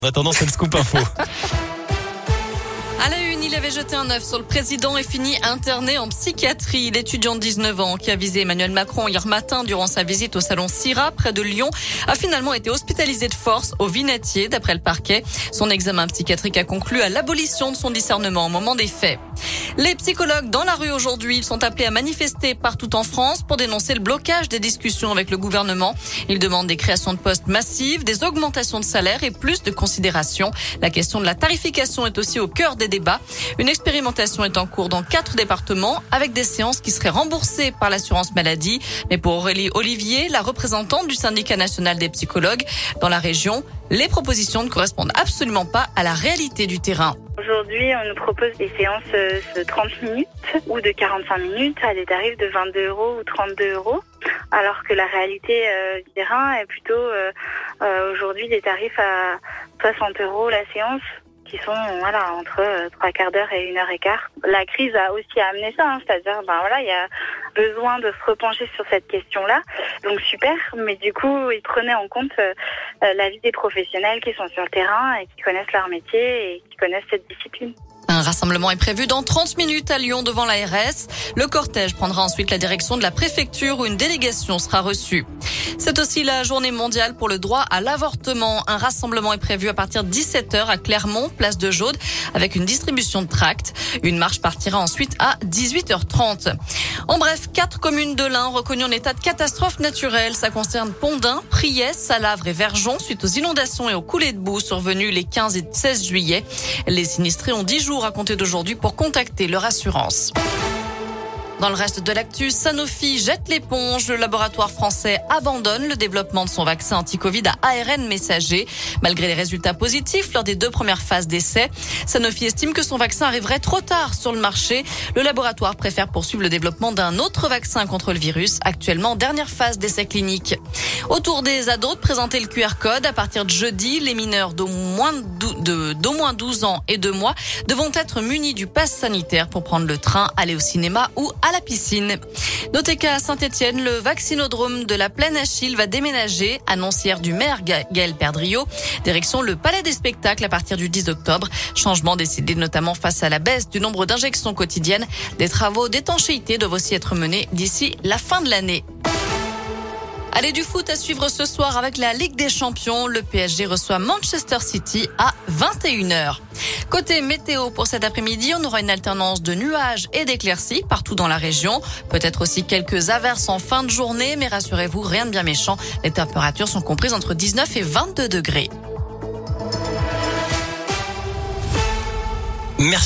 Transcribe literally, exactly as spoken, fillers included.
En attendant, c'est le scoop info. À la une, il avait jeté un œuf sur le président et fini interné en psychiatrie. L'étudiant de dix-neuf ans qui a visé Emmanuel Macron hier matin durant sa visite au salon Sira près de Lyon a finalement été hospitalisé de force au Vinatier d'après le parquet. Son examen psychiatrique a conclu à l'abolition de son discernement au moment des faits. Les psychologues dans la rue aujourd'hui sont appelés à manifester partout en France pour dénoncer le blocage des discussions avec le gouvernement. Ils demandent des créations de postes massives, des augmentations de salaire et plus de considération. La question de la tarification est aussi au cœur des débats. Une expérimentation est en cours dans quatre départements avec des séances qui seraient remboursées par l'assurance maladie. Mais pour Aurélie Olivier, la représentante du syndicat national des psychologues dans la région, les propositions ne correspondent absolument pas à la réalité du terrain. Aujourd'hui, on nous propose des séances de trente minutes ou de quarante-cinq minutes à des tarifs de vingt-deux euros ou trente-deux euros, alors que la réalité euh, du terrain est plutôt euh, euh, aujourd'hui des tarifs à soixante euros la séance, qui sont voilà entre euh, trois quarts d'heure et une heure et quart. La crise a aussi amené ça, hein, c'est-à-dire ben voilà, il y a besoin de se repencher sur cette question-là. Donc super, mais du coup, ils prenaient en compte euh, l'avis des professionnels qui sont sur le terrain et qui connaissent leur métier et qui connaissent cette discipline. Un rassemblement est prévu dans trente minutes à Lyon devant l'A R S. Le cortège prendra ensuite la direction de la préfecture où une délégation sera reçue. C'est aussi la journée mondiale pour le droit à l'avortement. Un rassemblement est prévu à partir de dix-sept heures à Clermont, place de Jaude, avec une distribution de tracts. Une marche partira ensuite à dix-huit heures trente. En bref, quatre communes de l'Ain reconnues en état de catastrophe naturelle. Ça concerne Pondin, Priès, Salavre et Verjon suite aux inondations et aux coulées de boue survenues les quinze et seize juillet. Les sinistrés ont dix jours à compter d'aujourd'hui pour contacter leur assurance. Dans le reste de l'actu, Sanofi jette l'éponge. Le laboratoire français abandonne le développement de son vaccin anti-Covid à A R N messager. Malgré les résultats positifs lors des deux premières phases d'essai, Sanofi estime que son vaccin arriverait trop tard sur le marché. Le laboratoire préfère poursuivre le développement d'un autre vaccin contre le virus, actuellement en dernière phase d'essai clinique. Autour des ados de présenter le Q R code. À partir de jeudi, les mineurs d'au moins, de, d'au moins douze ans et deux mois devront être munis du pass sanitaire pour prendre le train, aller au cinéma ou à la piscine. Notez qu'à Saint-Etienne, le vaccinodrome de la Plaine Achille va déménager. Annonce hier du maire Gaël Perdriau. Direction le Palais des Spectacles à partir du dix octobre. Changement décidé notamment face à la baisse du nombre d'injections quotidiennes. Des travaux d'étanchéité doivent aussi être menés d'ici la fin de l'année. Allez, du foot à suivre ce soir avec la Ligue des Champions. Le P S G reçoit Manchester City à vingt et une heures. Côté météo pour cet après-midi, on aura une alternance de nuages et d'éclaircies partout dans la région. Peut-être aussi quelques averses en fin de journée, mais rassurez-vous, rien de bien méchant. Les températures sont comprises entre dix-neuf et vingt-deux degrés. Merci.